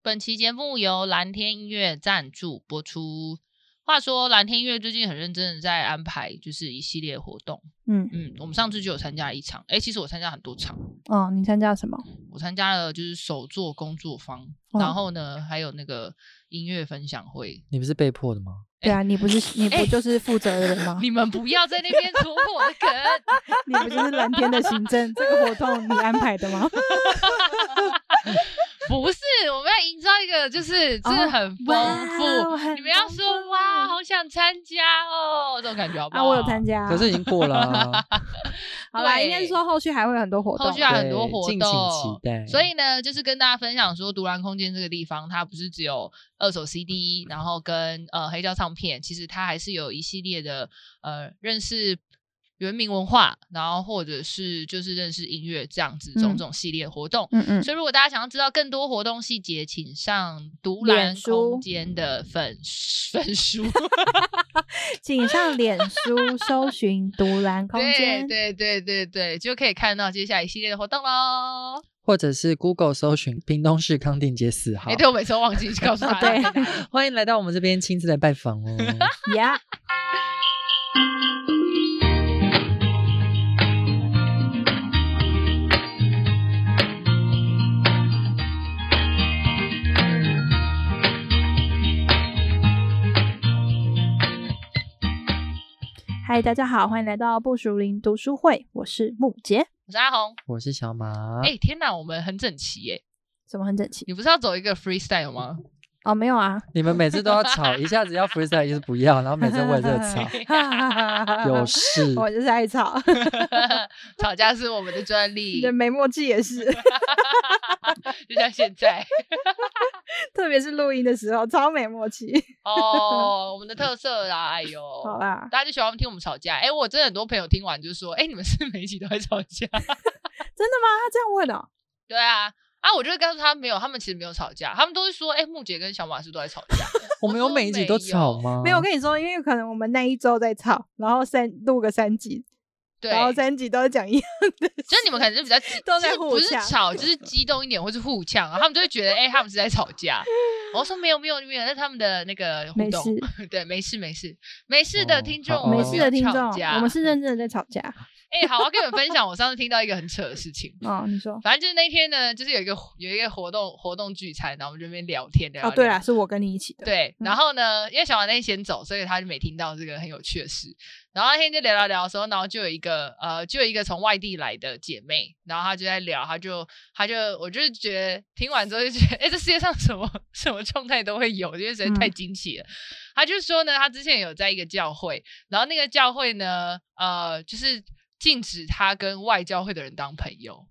本期节目由蓝天音乐赞助播出。话说蓝天音乐最近很认真的在安排就是一系列活动。我们上次就有参加一场，其实我参加很多场。 你参加什么？ 我参加了就是手作工作坊，然后呢还有那个音乐分享会。 你不是被迫的吗？ 对啊，你不就是负责人吗？ 你们不要在那边戳破我的梗。 你不就是蓝天的行政？这个活动你安排的吗？ 不是，我们要营造一个就是真的很丰富。你们要说哇，好想参加哦，这种感觉好不好？ 我有参加， 可是已经过了啊。 好啦，应该是说后续还会有很多活动， 后续还有很多活动， 敬请期待。 所以呢，就是跟大家分享说，独蓝空间这个地方，它不是只有二手 CD， 然后跟黑胶唱片，其实它还是有一系列的认识原民文化，然后或者是就是认识音乐这样子种种系列活动。所以如果大家想要知道更多活动细节，请上独蓝空间的粉书请上脸书搜寻独蓝空间。 对，就可以看到接下来一系列的活动咯。 或者是 Google 搜寻屏东市康定街4号。 对，我每次都忘记告诉他。 对， 欢迎来到我们这边亲自来拜访哦。 呀。嗨，大家好，欢迎来到不属灵读书会，我是木杰， 我是阿红， 我是小马。 天哪，我们很整齐耶！ 怎么很整齐？ 你不是要走一个 freestyle 吗？ 没有啊。 你们每次都要吵，一下子要 freestyle，一下子不要，然后每次为这吵。有事。 我就是爱吵。 吵架是我们的专利。 对，没默契也是。 就像现在。 特别是录音的时候，超没默契。 我们的特色啦，哎呦。 好啦， 大家就喜欢听我们吵架。我真的很多朋友听完就说，你们是每一集都在吵架。真的吗？他这样问哦。 对啊。我就会告诉他没有，他们其实没有吵架，他们都会说，木姐跟小马是都在吵架。 我们有每一集都吵吗？ 没有，我跟你说，因为可能我们那一周在吵，然后录个3集， 对， 然后3集都是讲一样的， 就是你们可能是比较都在互呛， 不是吵，就是激动一点，或是互呛，然后他们就会觉得，他们是在吵架。我说没有，那是他们的那个互动。对，没事的听众， 没事的听众，我们是认真的在吵架。 好，我要跟你们分享，我上次听到一个很扯的事情。 你说。 反正就是那天呢，就是有一个活动聚餐，然后我们这边聊天。 对啦，是我跟你一起的。 对，然后呢，因为小马那天先走，所以他就没听到这个很有趣的事。然后那天就聊的时候，然后就有一个从外地来的姐妹，然后她就在聊，她就我就是觉得听完之后就觉得，这世界上什么状态都会有，因为实在太惊奇了。她就说呢，她之前有在一个教会，然后那个教会呢，就是禁止她跟外教会的人当朋友。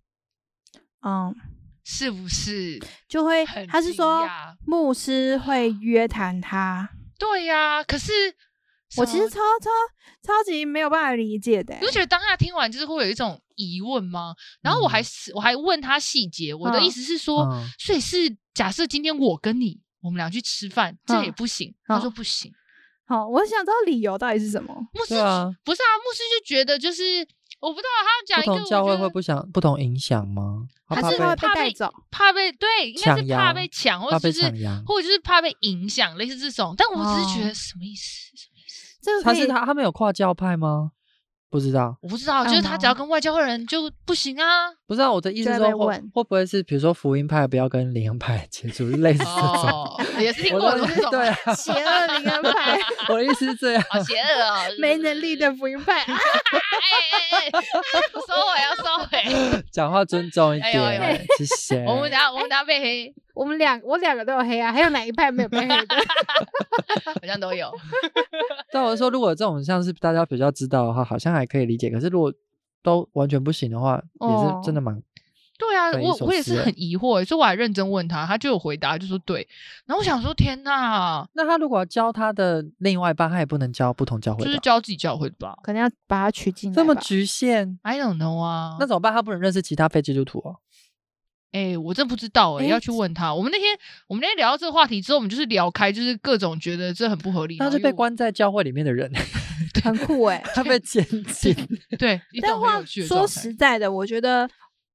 是不是就会？他是说牧师会约谈他。 对呀，可是我其实超级没有办法理解的。 你就觉得当下听完就是会有一种疑问吗？然后我还问他细节。我的意思是说，所以是假设今天我跟你我们俩去吃饭，这也不行。他说不行。 好，我想知道理由到底是什么。 牧师不是啊，牧师就觉得就是我不知道他要讲一个， 不同教会会不同影响吗？ 他是怕被带走， 怕被对，应该是怕被抢，或者就是怕被影响，类似这种。但我只是觉得什么意思？ 这个他们有跨教派吗？不知道， 我不知道，就是他只要跟外教会人就不行啊。 不知道，我的意思是说会不会是比如说福音派不要跟灵恩派接触，类似这种。 也是听过这种。 对， 邪恶灵恩派。 我的意思是这样。 好邪恶哦， 没能力的福音派。 收回。 讲话尊重一点，谢谢。 我们等下被黑。 我两个都有黑啊，还有哪一派没有被黑的？ 好像都有。 但我说，如果这种像是大家比较知道的话，好像还可以理解。可是如果都完全不行的话，也是真的蛮…… 对啊，我也是很疑惑，所以我还认真问他，他就有回答，就说对。然后我想说，天哪！ 那他如果要教他的另外一半，他也不能教不同教会的， 就是教自己教会的吧？ 可能要把他娶进来。 这么局限 ？I don't know 啊。 那怎么办？他不能认识其他非基督徒哦。 我真不知道要去问他。我们那天聊到这个话题之后，我们就是聊开，就是各种觉得这很不合理。 他是被关在教会里面的人， 很酷他被监禁。 对， 但话说实在的，我觉得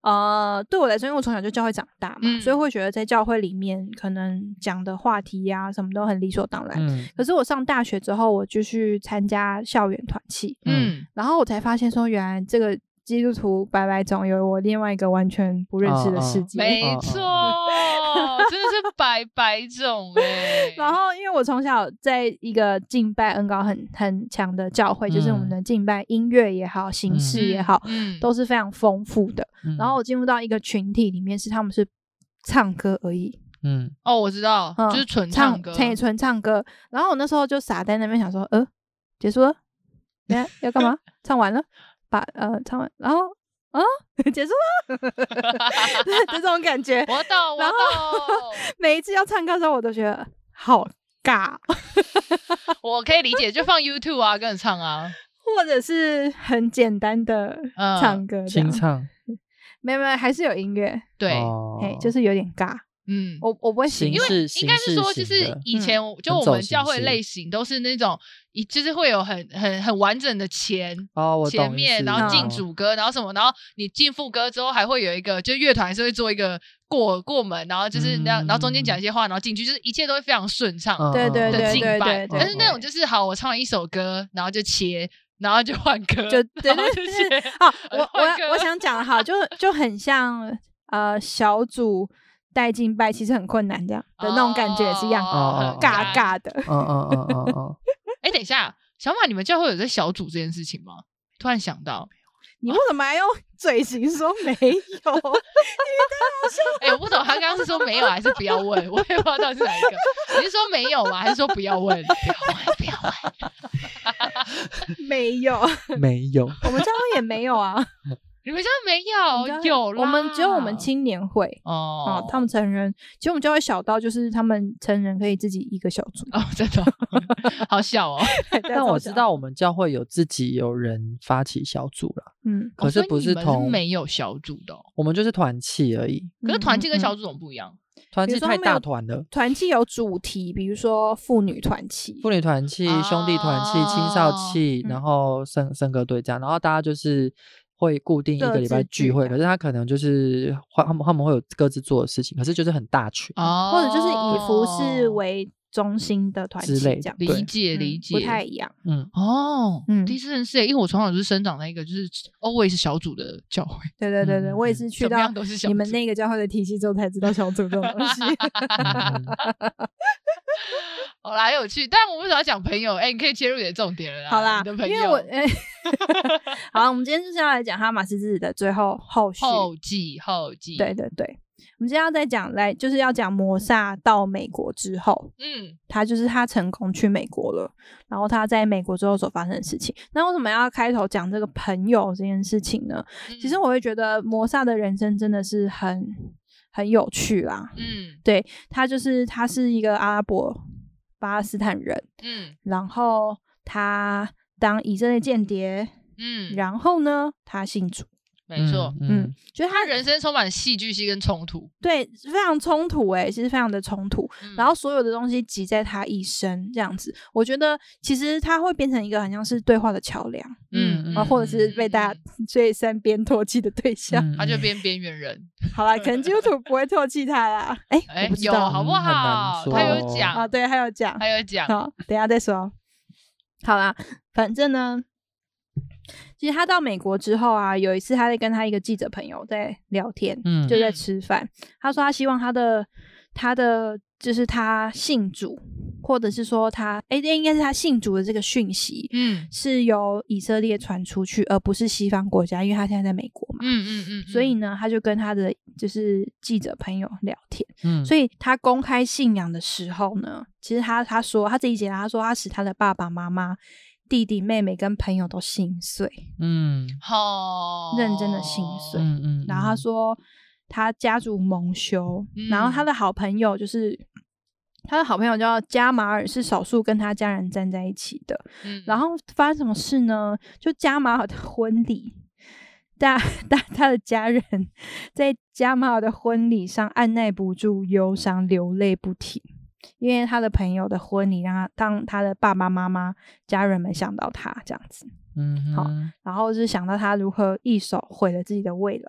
对我来说，因为我从小就教会长大嘛，所以会觉得在教会里面可能讲的话题啊什么都很理所当然。可是我上大学之后，我就去参加校园团契，然后我才发现说，原来这个基督徒百百种有我另外一个完全不认识的世界。 没错，真的是百百种然后因为我从小在一个敬拜恩膏很强的教会，就是我们的敬拜音乐也好，形式也好，都是非常丰富的。然后我进入到一个群体里面，他们是唱歌而已。 我知道，就是纯唱歌， 纯唱歌。然后我那时候就傻在那边想说，结束了，等下要干嘛？唱完了。唱完，然后结束了这种感觉。 我懂。 每一次要唱歌的时候，我都觉得好尬。 我可以理解，就放 YouTube 啊，跟着唱啊， 或者是很简单的唱歌， 清唱。 没有，还是有音乐。 对， 就是有点尬。我不会形因为应该是说，就是以前就我们教会类型都是那种，就是会有很完整的前面，然后进主歌，然后什么，然后你进副歌之后还会有一个，就乐团还是会做一个过门，然后就是然后中间讲一些话，然后进去，就是一切都会非常顺畅的敬拜。但是那种就是好，我唱完一首歌，然后就切。然后就换歌， 就对。我想讲好，就很像小组带敬拜其实很困难这样的那种感觉也是一样，尬尬的。 等一下，小马，你们教会有在小组这件事情吗？突然想到， 你为什么还用嘴型说没有？ 我不懂，他刚刚是说没有还是不要问？我也不知道到底是哪一个。你是说没有吗？还是说不要问？不要问。 没有，我们教会也没有啊。 你们教会没有？有啦， 我们只有我们青年会他们成人，其实我们教会小到就是他们成人可以自己一个小组真的好小哦。 但我知道我们教会自己有人发起小组啦，可是不是没有小组的我们就是团契而已。 可是团契跟小组怎么不一样？ 团契太大团了， 团契有主题，比如说妇女团契、 兄弟团契、青少契，然后圣歌队这样，然后大家就是会固定一个礼拜聚会，可是他可能就是他们会有各自做的事情，可是就是很大群， 或者就是以服事为中心的团契这样。 理解不太一样。 第一次认识因为我从小就是生长在一个就是 always 小组的教会。 对，我也是去到你们那个教会的体系之后才知道小组这种东西。 好啦，有趣，但我为什么要讲朋友？你可以切入你的重点了啦。 好啦， 你的朋友， 因为我好，我们今天就是要来讲哈马斯之子的最后续后记。 对，我们今天要再讲就是要讲摩萨到美国之后，他成功去美国了，然后他在美国之后所发生的事情。那为什么要开头讲这个朋友这件事情呢？其实我会觉得摩萨的人生真的是很有趣啦。对，他是一个阿拉伯巴勒斯坦人，然后他当以色列间谍，然后呢他信主。 没错，觉得他人生充满戏剧性跟冲突， 对，非常冲突其实非常的冲突，然后所有的东西挤在他一身这样子，我觉得其实他会变成一个很像是对话的桥梁，或者是被大家最身边唾弃的对象， 他就变边缘人。 好啦，可能基督徒不会唾弃他啦，我不知道有好不好？他有讲对，他有讲，好，等一下再说。好啦，反正呢。其实他到美国之后啊，有一次他在跟他一个记者朋友在聊天，就在吃饭。他说他希望他的就是他信主，或者是说他应该是他信主的这个讯息，是由以色列传出去，而不是西方国家，因为他现在在美国嘛，所以呢，他就跟他的就是记者朋友聊天，所以他公开信仰的时候呢，其实他说他自己讲，他说他使他的爸爸妈妈、弟弟妹妹跟朋友都心碎，认真的心碎，然后他说他家族蒙羞，然后他的好朋友叫加马尔，是少数跟他家人站在一起的，然后发生什么事呢？就加马尔的婚礼，他的家人在加马尔的婚礼上按耐不住忧伤，流泪不停。因为他的朋友的婚礼让他的爸爸妈妈家人们想到他这样子，好，然后就是想到他如何一手毁了自己的未来，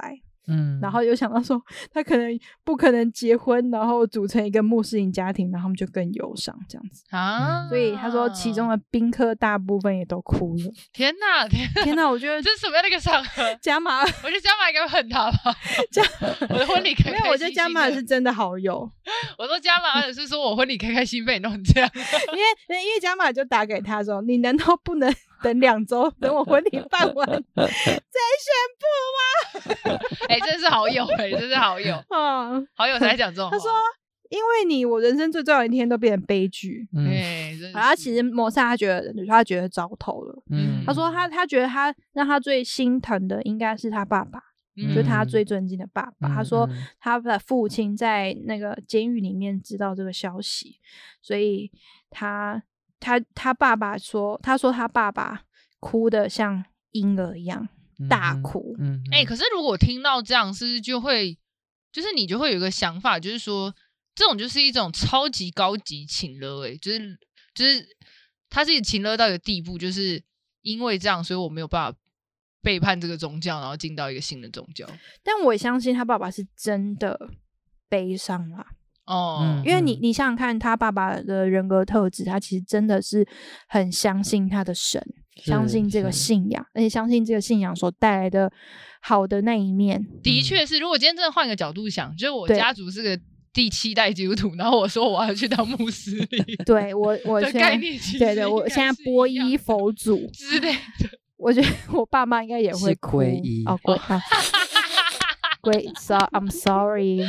然后又想到说他可能不可能结婚，然后组成一个穆斯林家庭，然后他们就更忧伤这样子啊。所以他说其中的宾客大部分也都哭了。 天哪，我觉得这是什么样的一个场合？ 加码， 我觉得加码应该会恨他吧。我的婚礼开开心心的， 没有，我觉得加码是真的好友。 我说加码是说我婚礼开开心被你弄这样， 因为加码就打给他说，你难道不能等2周，等我婚礼办完再宣布吗？ 真的是好友真是好友好友才讲这种话。 他说因为你，我人生最重要的一天都变成悲剧。然后其实摩萨他觉得糟透了。他说他觉得他让他最心疼的应该是他爸爸，就是他最尊敬的爸爸。他说他的父亲在那个监狱里面知道这个消息，所以他爸爸说，他说他爸爸哭得像婴儿一样大哭。 可是如果听到这样，是不是就会就是你就会有一个想法，就是说这种就是一种超级高级情勒，就是他是情勒到一个地步，就是因为这样，所以我没有办法背叛这个宗教，然后进到一个新的宗教。 但我也相信他爸爸是真的悲伤啦。因为你想想看，他爸爸的人格特质，他其实真的是很相信他的神，相信这个信仰，而且相信这个信仰所带来的好的那一面。 的确是，如果今天真的换一个角度想，就是我家族是个第7代基督徒，然后我说我要去当穆斯林， 对我的概念其实对我现在皈依佛祖之类的， 我觉得我爸妈应该也会哭皈依 So I'm sorry,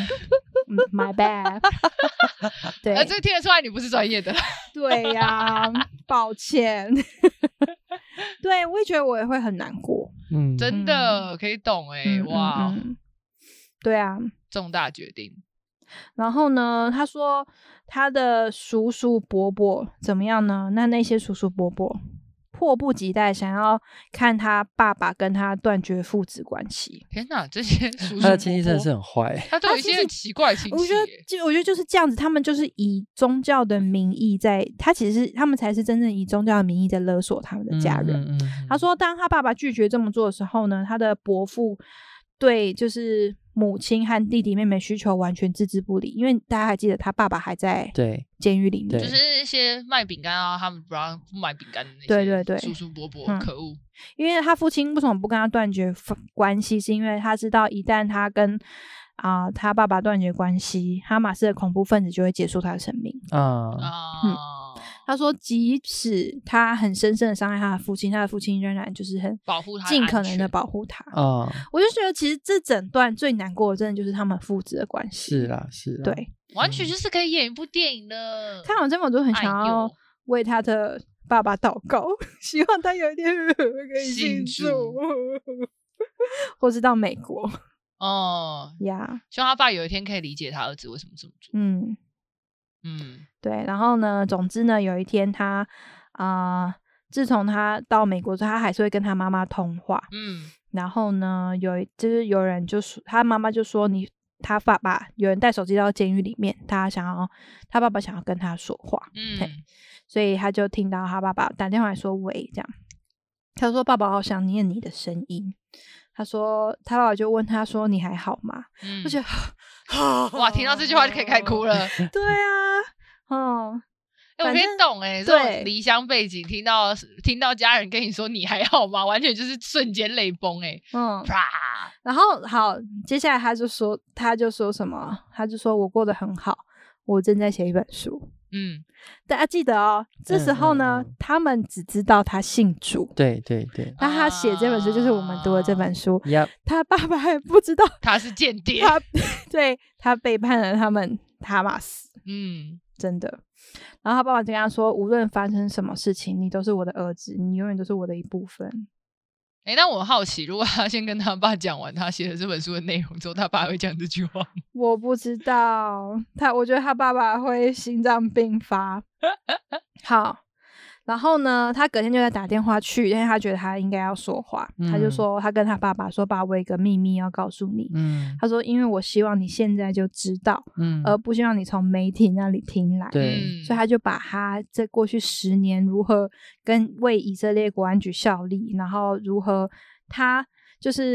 my bad 对， 这个听得出来你不是专业的。 对呀，抱歉。对，我也觉得我也会很难过。 真的可以懂哇。 对啊， 重大决定。 然后呢，他说他的叔叔伯伯怎么样呢？那些叔叔伯伯迫不及待想要看他爸爸跟他断绝父子关系。 天哪，这些叔叔他的亲戚真的是很坏， 他都有一些很奇怪的亲戚。 我觉得就是这样子，他们就是以宗教的名义他们才是真正以宗教的名义在勒索他们的家人。他说当他爸爸拒绝这么做的时候呢，他的伯父对就是母亲和弟弟妹妹需求完全置之不理，因为大家还记得他爸爸还在监狱里面， 就是一些卖饼干啊，他们不买饼干的那些对叔叔伯伯，可恶。 因为他父亲为什么不跟他断绝关系，是因为他知道一旦他跟他爸爸断绝关系，哈马斯的恐怖分子就会结束他的生命。他说即使他很深深的伤害他的父亲，他的父亲仍然就是很保护他， 尽可能的保护他。我就觉得其实这整段最难过的真的就是他们父子的关系。 是啦对， 完全就是可以演一部电影的。 看完这么多很想要为他的爸爸祷告，希望他有一天可以信主或是到美国。 希望他爸有一天可以理解他儿子为什么这么做。 对。然后呢，总之呢，有一天他自从他到美国之后，他还是会跟他妈妈通话。然后呢，有人就说，他妈妈就说他爸爸有人带手机到监狱里面，他爸爸想要跟他说话。所以他就听到他爸爸打电话来说喂，这样他说爸爸好想念你的声音。他说他爸爸就问他说你还好吗？我觉得哇，听到这句话就可以开哭了。 对啊， 我可以懂这种离乡背景，听到家人跟你说你还好吗，完全就是瞬间泪崩然后好，接下来他就说什么？他就说我过得很好，我正在写一本书。大家记得这时候呢，他们只知道他信主。对。那他写这本书就是我们读的这本书。他爸爸还不知道他是间谍， 他背叛了他们哈马斯。真的。然后他爸爸就跟他说，无论发生什么事情，你都是我的儿子，你永远都是我的一部分。 但我好奇，如果他先跟他爸讲完他写的这本书的内容之后，他爸会讲这句话吗？ 我不知道，我觉得他爸爸会心脏病发。好，然后呢，他隔天就在打电话去，因为他觉得他应该要说话。他就说他跟他爸爸说，爸，我有一个秘密要告诉你。他说因为我希望你现在就知道，而不希望你从媒体那里听来。所以他就把他在过去10年如何跟为以色列国安局效力，然后如何他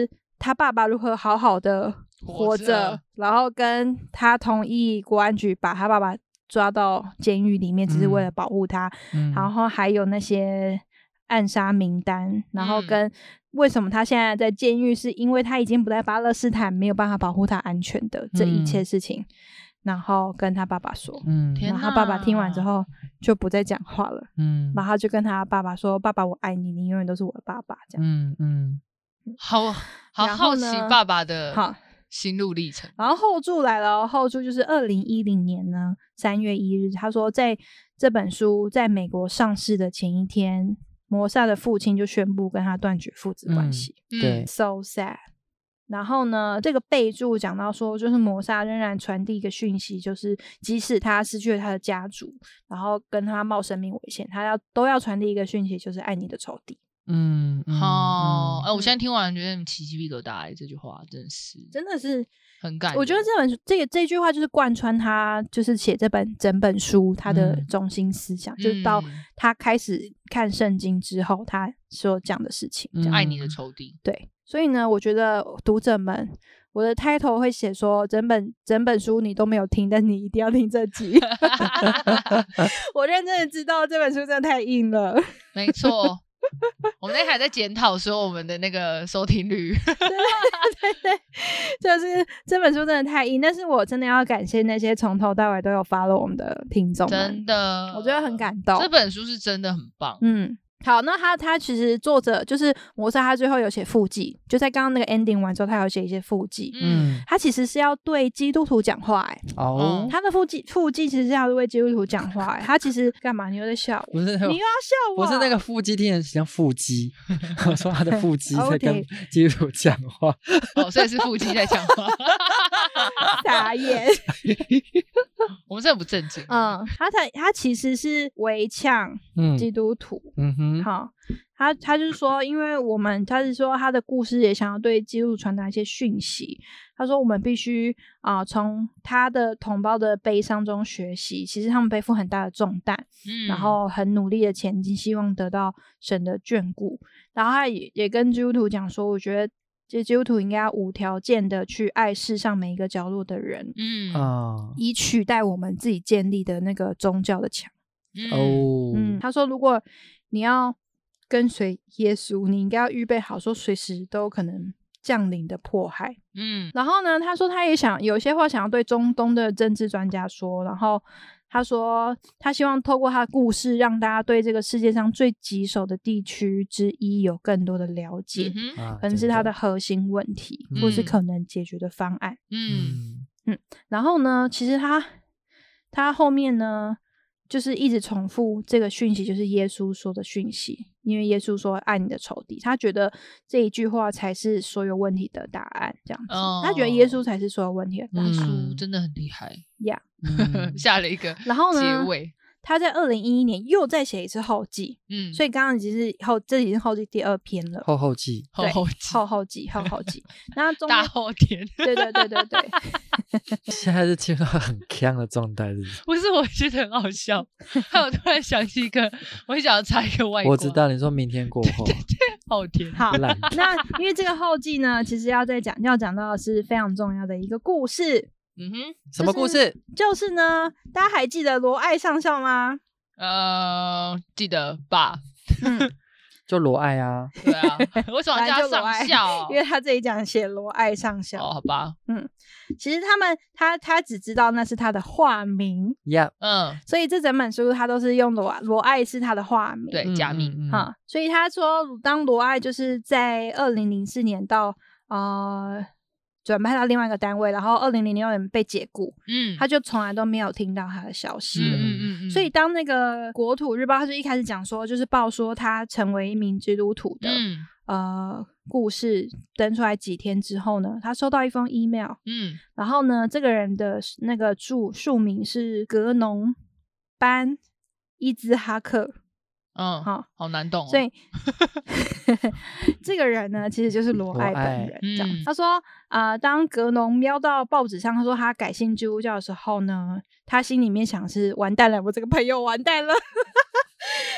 他爸爸如何好好的活着，然后跟他同意国安局把他爸爸抓到监狱里面，只是为了保护他，然后还有那些暗杀名单，然后跟为什么他现在在监狱，是因为他已经不在巴勒斯坦，没有办法保护他安全的这一切事情，然后跟他爸爸说，然后他爸爸听完之后就不再讲话了，然后他就跟他爸爸说，爸爸我爱你，你永远都是我的爸爸，这样。 好好奇爸爸的心路历程。 然后后注来了，后注就是2010年呢3月1日，他说在这本书在美国上市的前一天，摩萨的父亲就宣布跟他断绝父子关系。 对 ，so sad。然后呢，这个备注讲到说，就是摩萨仍然传递一个讯息，就是即使他失去了他的家族，然后跟他冒生命危险，他都要传递一个讯息，就是爱你的仇敌。 好，我现在听完觉得起鸡皮疙瘩，这句话真的是很感人。 我觉得这句话就是贯穿他就是写整本书他的中心思想，就是到他开始看圣经之后他所讲的事情， 爱你的仇敌。 对，所以呢，我觉得读者们，我的 title 会写说整本书你都没有听，但你一定要听这集。我认真的知道这本书真的太硬了。 没错。我们那还在检讨说我们的那个收听率。 对，就是这本书真的太硬，但是我真的要感谢那些从头到尾都有 follow 我们的听众们， 真的， 我觉得很感动。这本书是真的很棒。 好，那他其实作者就是摩萨，他最后有写附记，就在刚刚那个 ending 完之后，他有写一些附记。他其实是要对基督徒讲话他的附记其实是要对基督徒讲话他其实干嘛？你又在笑我？不是，你又要笑我？ 不是那个腹肌听起来像腹肌，我说他的腹肌在跟基督徒讲话。 所以是腹肌在讲话。 傻眼。 我们真的不正经。 他其实是围呛基督徒。好，他就是说，因为他是说他的故事也想要对基督徒传达一些讯息。他说我们必须从他的同胞的悲伤中学习，其实他们背负很大的重担，然后很努力的前进，希望得到神的眷顾。然后他也跟基督徒讲说，我觉得基督徒应该要无条件的去爱世上每一个角落的人，以取代我们自己建立的那个宗教的墙。他说如果你要跟随耶稣，你应该要预备好说随时都有可能降临的迫害。然后呢，他说他也有些话想要对中东的政治专家说，然后他说他希望透过他的故事让大家对这个世界上最棘手的地区之一有更多的了解，可能是他的核心问题，或是可能解决的方案。然后呢，其实他后面呢就是一直重复这个讯息，就是耶稣说的讯息，因为耶稣说爱你的仇敌，他觉得这一句话才是所有问题的答案，这样子。他觉得耶稣才是所有问题的答案。 书真的很厉害呀， 下了一个然后呢结尾。 他在2011年又再写一次后记，所以刚刚这已经后记第2篇了。 后记， 后记。那大后天， 对。 现在是进入很强的状态， 不是？我觉得很好笑。我突然想起一个，我想要插一个外挂。 我知道你说明天过后， 后天。 好，那因为这个后记呢，其实要讲到的是非常重要的一个故事。 什么故事？ 就是呢，大家还记得罗爱上校吗？ 记得吧。 就罗爱啊。 对啊，为什么叫上校？ 因为他这里讲写罗爱上校。 好吧。 其实他只知道那是他的化名。所以这整本书他都是用罗爱是他的化名， 对，假名。 所以他说，当罗爱就是在2004年到转派到另外一个单位，然后2006年被解雇，他就从来都没有听到他的消息了。所以当那个国土日报，他就一开始讲说，就是报说他成为一名基督徒的故事登出来几天之后呢，他收到一封 email，然后呢，这个人的那个署名是格农班伊兹哈克。 好难懂。 所以这个人呢，其实就是罗爱本人。这样，他说当格农瞄到报纸上他说他改信基督教的时候呢，他心里面想是完蛋了，我这个朋友完蛋了。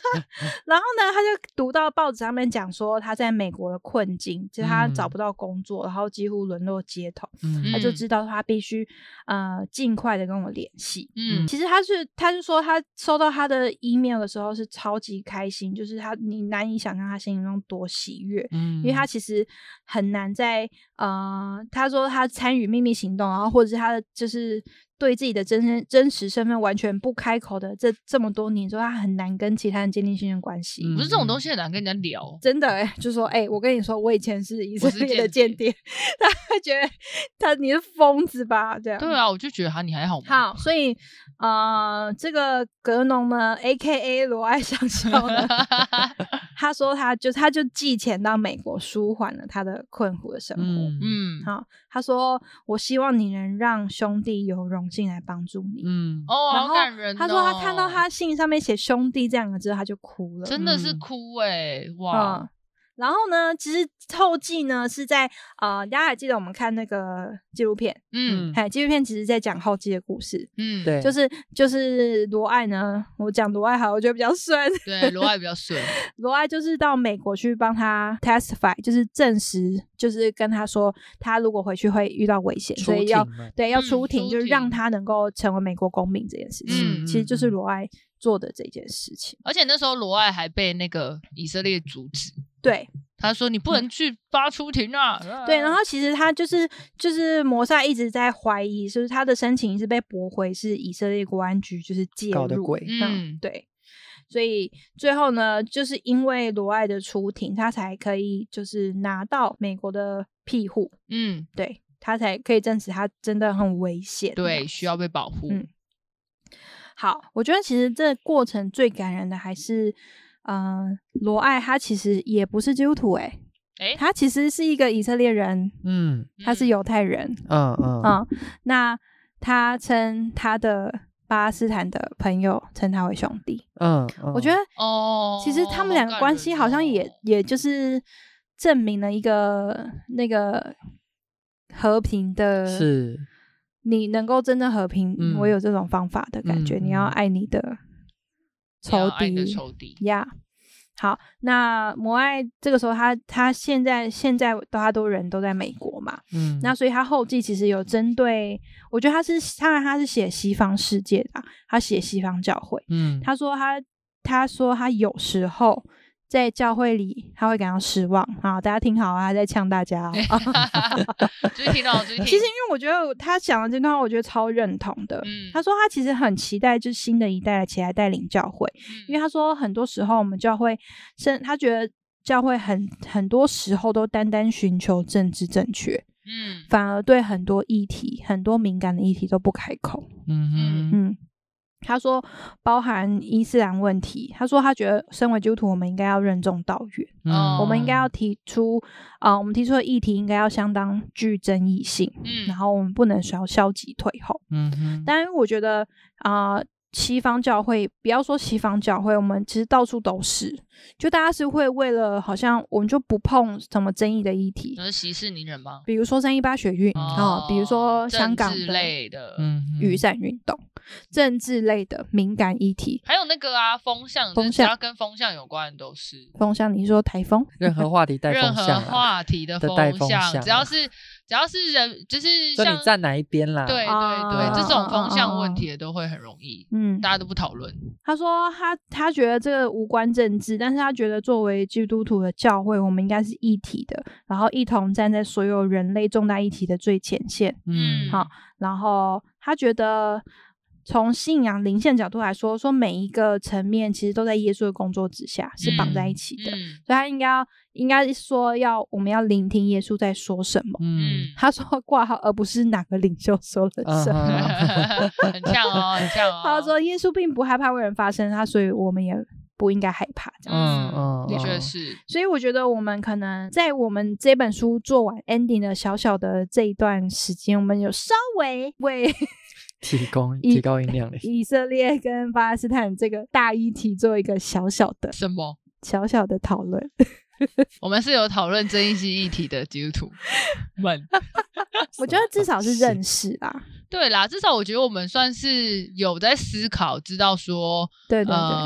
然后呢，他就读到报纸上面讲说他在美国的困境，就是他找不到工作，然后几乎沦落街头，他就知道他必须尽快的跟我联系。其实他就说他收到他的 email 的时候是超级开心，就是你难以想象他心中多喜悦，因为他其实很难在他说他参与秘密行动，然后或者是他的就是对自己的真实身份完全不开口的这么多年之后，他很难跟其他人建立信任关系。 不是这种东西很难跟人家聊， 真的就说我跟你说我以前是以色列的间谍，他会觉得你是疯子吧这样。 对啊，我就觉得你还好吗？ 好，所以这个格农呢 AKA 罗爱上校呢他说他就寄钱到美国舒缓了他的困苦的生活。好，他说我希望你能让兄弟有荣幸来帮助你。 好感人。 他说他看到他信上面写兄弟这两个字他就哭了， 真的是哭哇。 然后呢，其实后记呢是在大家还记得我们看那个纪录片，纪录片其实在讲后记的故事， 对， 就是罗爱呢，我讲罗爱好，我觉得比较顺， 对，罗爱比较顺。 罗爱就是到美国去帮他 testify， 就是证实，就是跟他说他如果回去会遇到危险，所以要出庭，就是让他能够成为美国公民这件事情，其实就是罗爱做的这件事情。 而且那时候罗爱还被那个以色列阻止， 对， 他说你不能去发出庭啊。 对，然后其实他就是摩萨一直在怀疑，就是他的申请是被驳回，是以色列国安局就是介入搞的鬼。 对，所以最后呢，就是因为罗爱的出庭，他才可以就是拿到美国的庇护。对，他才可以证实他真的很危险， 对，需要被保护。 好，我觉得其实这过程最感人的还是罗爱他其实也不是基督徒他其实是一个以色列人，他是犹太人，那他称他的巴勒斯坦的朋友称他为兄弟，我觉得其实他们两个关系好像也就是证明了一个那个和平的， 是你能够真正和平，我有这种方法的感觉，你要爱你的仇敌呀。好，那摩爱这个时候他现在他都人都在美国嘛，那所以他后记其实有针对，我觉得他是写西方世界的，他写西方教会，他说他有时候在教会里他会感到失望。好，大家听好他在呛大家注意听哦，注意听。 其实因为我觉得他讲的这段话我觉得超认同的，他说他其实很期待就是新的一代起来带领教会，因为他说很多时候我们教会他觉得教会很多时候都单单寻求政治正确，反而对很多议题很多敏感的议题都不开口。他说包含伊斯兰问题，他说他觉得身为基督徒我们应该要任重道远，我们应该要提出我们提出的议题应该要相当具争议性，然后我们不能消极退后。但是我觉得西方教会，不要说西方教会，我们其实到处都是，就大家是会为了好像我们就不碰什么争议的议题， 就是息事宁人吗？ 比如说318学运比如说香港的类的雨伞运动，政治类的敏感议题， 还有那个风向，只要跟风向有关的都是风向。你说台风， 任何话题带风向， 任何话题的风向，只要是人，就是像你站哪一边啦， 对，这种风向问题都会很容易，大家都不讨论。 他说他觉得这个无关政治，但是他觉得作为基督徒的教会，我们应该是一体的，然后一同站在所有人类重大议题的最前线。好，然后他觉得从信仰灵性角度来说每一个层面其实都在耶稣的工作之下是绑在一起的，所以他应该说我们要聆听耶稣在说什么。他说挂号而不是哪个领袖说了什么很像哦。 他说耶稣并不害怕为人发声，所以我们也不应该害怕这样子。 的确是。 所以我觉得我们可能在我们这本书做完 ending 的小小的这一段时间，我们有稍微为提高音量的以色列跟巴勒斯坦这个大议题做一个小小的讨论。 我们是有讨论争议性议题的基督徒们我觉得至少是认识啦。 对啦，至少我觉得我们算是有在思考，知道说对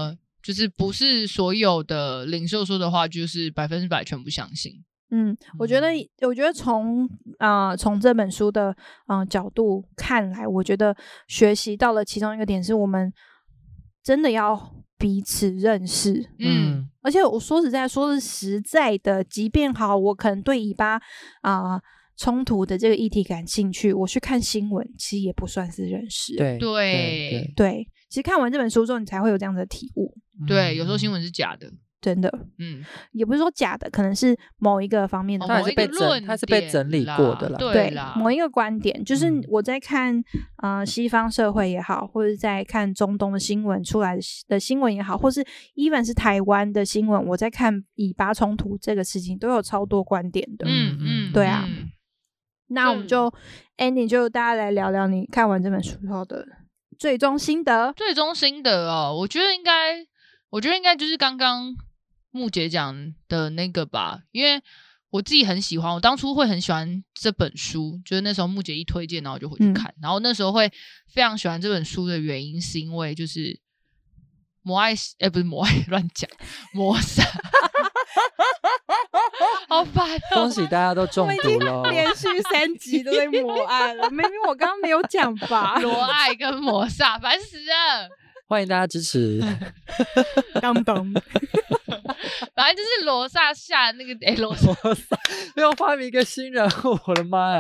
就是不是所有的领袖说的话就是100%全部相信。 我觉得从这本书的角度看来，我觉得学习到了其中一个点是我们真的要彼此认识。而且我说实在的，即便好我可能对以巴冲突的这个议题感兴趣，我去看新闻其实也不算是认识。对，其实看完这本书之后你才会有这样的体悟。 对，有时候新闻是假的， 真的。也不是说假的，可能是某一个方面的， 它是被整理过的啦。 对啦，某一个观点，就是我在看西方社会也好，或者在看中东的新闻出来的新闻也好，或是 even 是台湾的新闻，我在看以巴冲突这个事情都有超多观点的。对啊。那我们就 ending 就大家来聊聊你看完这本书后的最终心得。 我觉得应该就是刚刚木姐讲的那个吧，因为我自己很喜欢，我当初会很喜欢这本书，就是那时候木姐一推荐，然后我就回去看，然后那时候会非常喜欢这本书的原因是因为就是不是摩爱乱讲摩萨好烦恭喜大家都中毒了， 连续3集都在摩爱了，明明我刚刚没有讲吧。 罗爱跟摩萨烦死了， 欢迎大家支持当当反正就是罗萨下那个罗萨又发明一个新人物，我的妈呀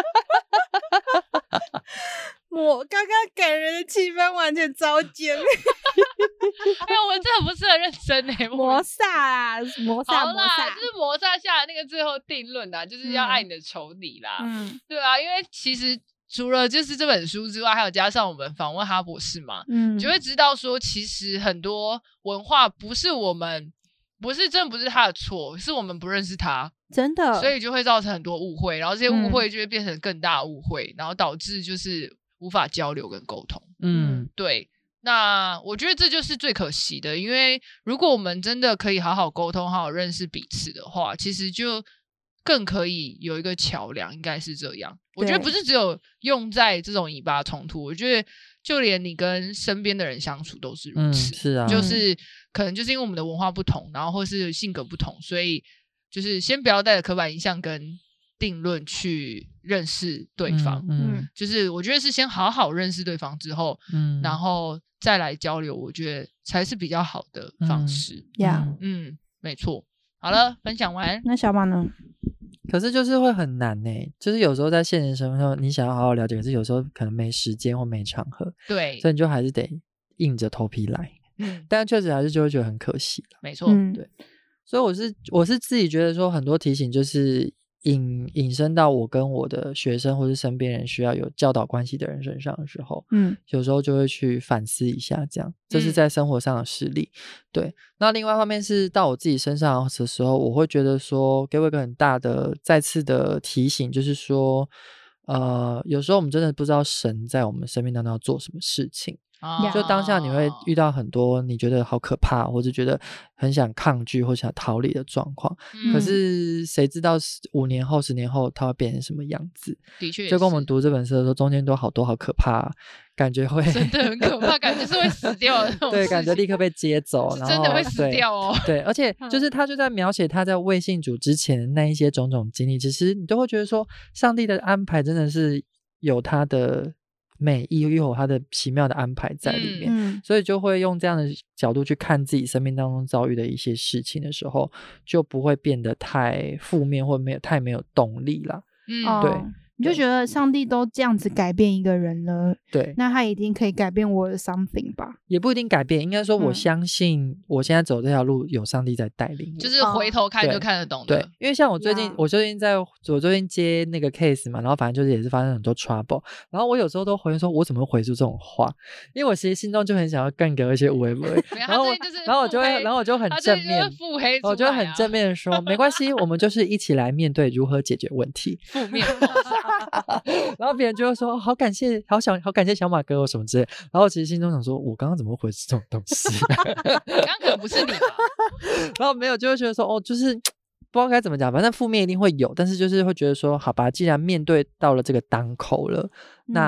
刚刚感人的气氛完全糟践我们真的不适合认真摩萨啦，摩萨就是摩萨下的那个最后定论啦，就是要爱你的仇敌啦。对啊，因为其实除了就是这本书之外，还有加上我们访问哈博士嘛，就会知道说其实很多文化不是他的错，是我们不认识他，真的，所以就会造成很多误会，然后这些误会就会变成更大误会，然后导致就是无法交流跟沟通。对，那我觉得这就是最可惜的，因为如果我们真的可以好好沟通，好好认识彼此的话，其实就更可以有一个桥梁，应该是这样。我觉得不是只有用在这种以巴冲突，我觉得就连你跟身边的人相处都是如此。 是啊， 就是可能就是因为我们的文化不同，然后或是性格不同，所以就是先不要带着刻板印象跟定论去认识对方。就是我觉得是先好好认识对方之后，然后再来交流，我觉得才是比较好的方式。没错。好了，分享完。 那小马呢？ 可是就是会很难就是有时候在现实生活中你想要好好了解，可是有时候可能没时间或没场合， 对， 所以你就还是得硬着头皮来。但确实还是就会觉得很可惜啦。 没错。 对，所以我是自己觉得说很多提醒就是引申到我跟我的学生或是身边人需要有教导关系的人身上的时候，有时候就会去反思一下，这是在生活上的实例。对，那另外一方面是到我自己身上的时候，我会觉得说给我一个很大的再次的提醒，就是说有时候我们真的不知道神在我们生命当中要做什么事情。就当下你会遇到很多你觉得好可怕或者觉得很想抗拒或想逃离的状况，可是谁知道5年后10年后它会变成什么样子。 的确， 就跟我们读这本书的时候中间都好多好可怕，感觉会真的很可怕，感觉是会死掉的那种对，感觉立刻被接走然后真的会死掉哦。 对，而且就是他就在描写他在未信主之前的那一些种种经历，其实你都会觉得说上帝的安排真的是有他的美意，又有他的奇妙的安排在里面，所以就会用这样的角度去看自己生命当中遭遇的一些事情的时候，就不会变得太负面或太没有动力啦。对， 你就觉得上帝都这样子改变一个人了， 对， 那他一定可以改变我的 something 吧？ 也不一定改变，应该说我相信我现在走这条路有上帝在带领我， 就是回头看就看得懂的。 对，因为像我最近接那个 case 嘛，然后反正就是也是发生很多 trouble， 然后我有时候都回说我怎么回出这种话，因为我其实心中就很想要干掉一些无为不为然后我就很正面，我就很正面的说没关系，我们就是一起来面对如何解决问题。 负面然后别人就会说好感谢小马哥什么之类，然后其实心中想说我刚刚怎么会回这种东西刚刚可能不是你吧然后没有就会觉得说就是不知道该怎么讲，反正负面一定会有，但是就是会觉得说好吧，既然面对到了这个当口了，那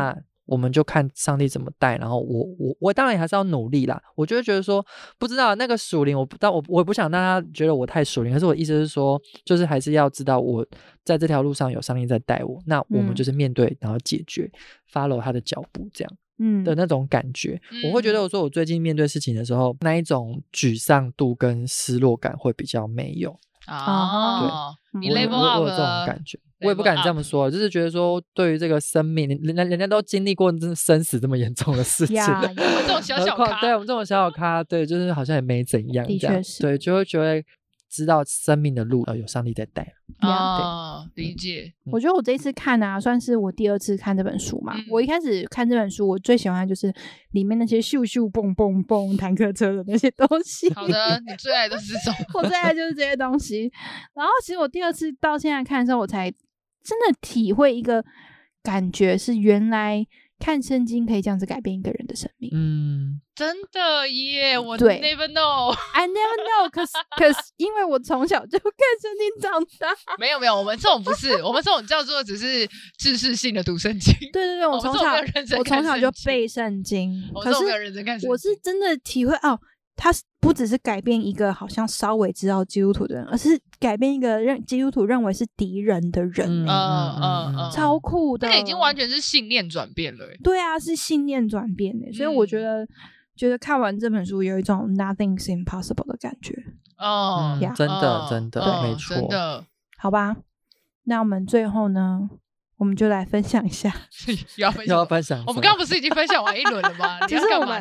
我们就看上帝怎么带，然后我当然还是要努力啦。我就会觉得说，不知道那个属灵，我也不想让他觉得我太属灵，可是我的意思是说，就是还是要知道我在这条路上有上帝在带我，那我们就是面对然后解决，follow 他的脚步这样。的那种感觉，我会觉得我最近面对事情的时候，那一种沮丧度跟失落感会比较没有。 对，你 level up 我有这种感觉，我也不敢这么说，就是觉得说对于这个生命，人家都经历过生死这么严重的事情了， 我们这种小小咖， 对我们这种小小咖，对，就是好像也没怎样这样，对，就会觉得知道生命的路有上帝在带。 理解。 我觉得我这一次看啊，算是我第2次看这本书嘛。我一开始看这本书，我最喜欢的就是里面那些咻咻蹦蹦蹦坦克车的那些东西。 好的，你最爱的是这种， 我最爱就是这些东西。然后其实我第2次到现在看的时候，我才真的体会一个感觉，是原来看圣经可以这样子改变一个人的生命。 真的耶，我 never know I never know cause 因为我从小就看圣经长大。 没有我们这种不是，我们这种叫做只是知识性的读圣经。 对，我从小就背圣经，可是我是真的体会它不只是改变一个好像稍微知道基督徒的人，而是改变一个基督徒认为是敌人的人。超酷的， 那已经完全是信念转变了。 对啊，是信念转变的，所以我觉得看完这本书有一种 nothing's impossible 的感觉。 真的没错，真的。 好吧，那我们最后呢，我们就来分享一下。 要分享？ 我们刚刚不是已经分享完一轮了吗？ 其实我们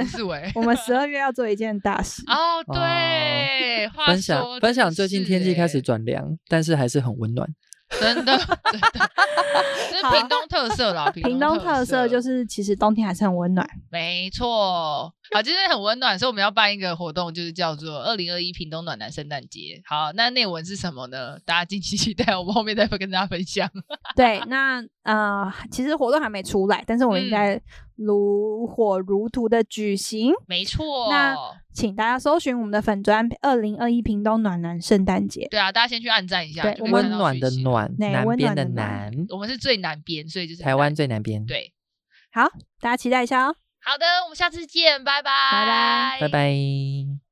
12月要做一件大事。 对， 分享最近天气开始转凉，但是还是很温暖。 真的，这是屏东特色啦。 屏东特色就是其实冬天还是很温暖。 没错。好，今天很温暖，所以我们要办一个活动，就是叫做2021屏东暖男圣诞节。好，那内文是什么呢？大家敬请期待，我们后面再会跟大家分享。 对，那其实活动还没出来，但是我们应该如火如荼的举行。 没错。 那请大家搜寻我们的粉专2021屏东暖男圣诞节。 对啊，大家先去按赞一下。 对， 温暖的暖，南边的南， 我们是最南边，所以就是台湾最南边。 对， 好，大家期待一下哦。 好的，我们下次见，拜拜， 拜拜。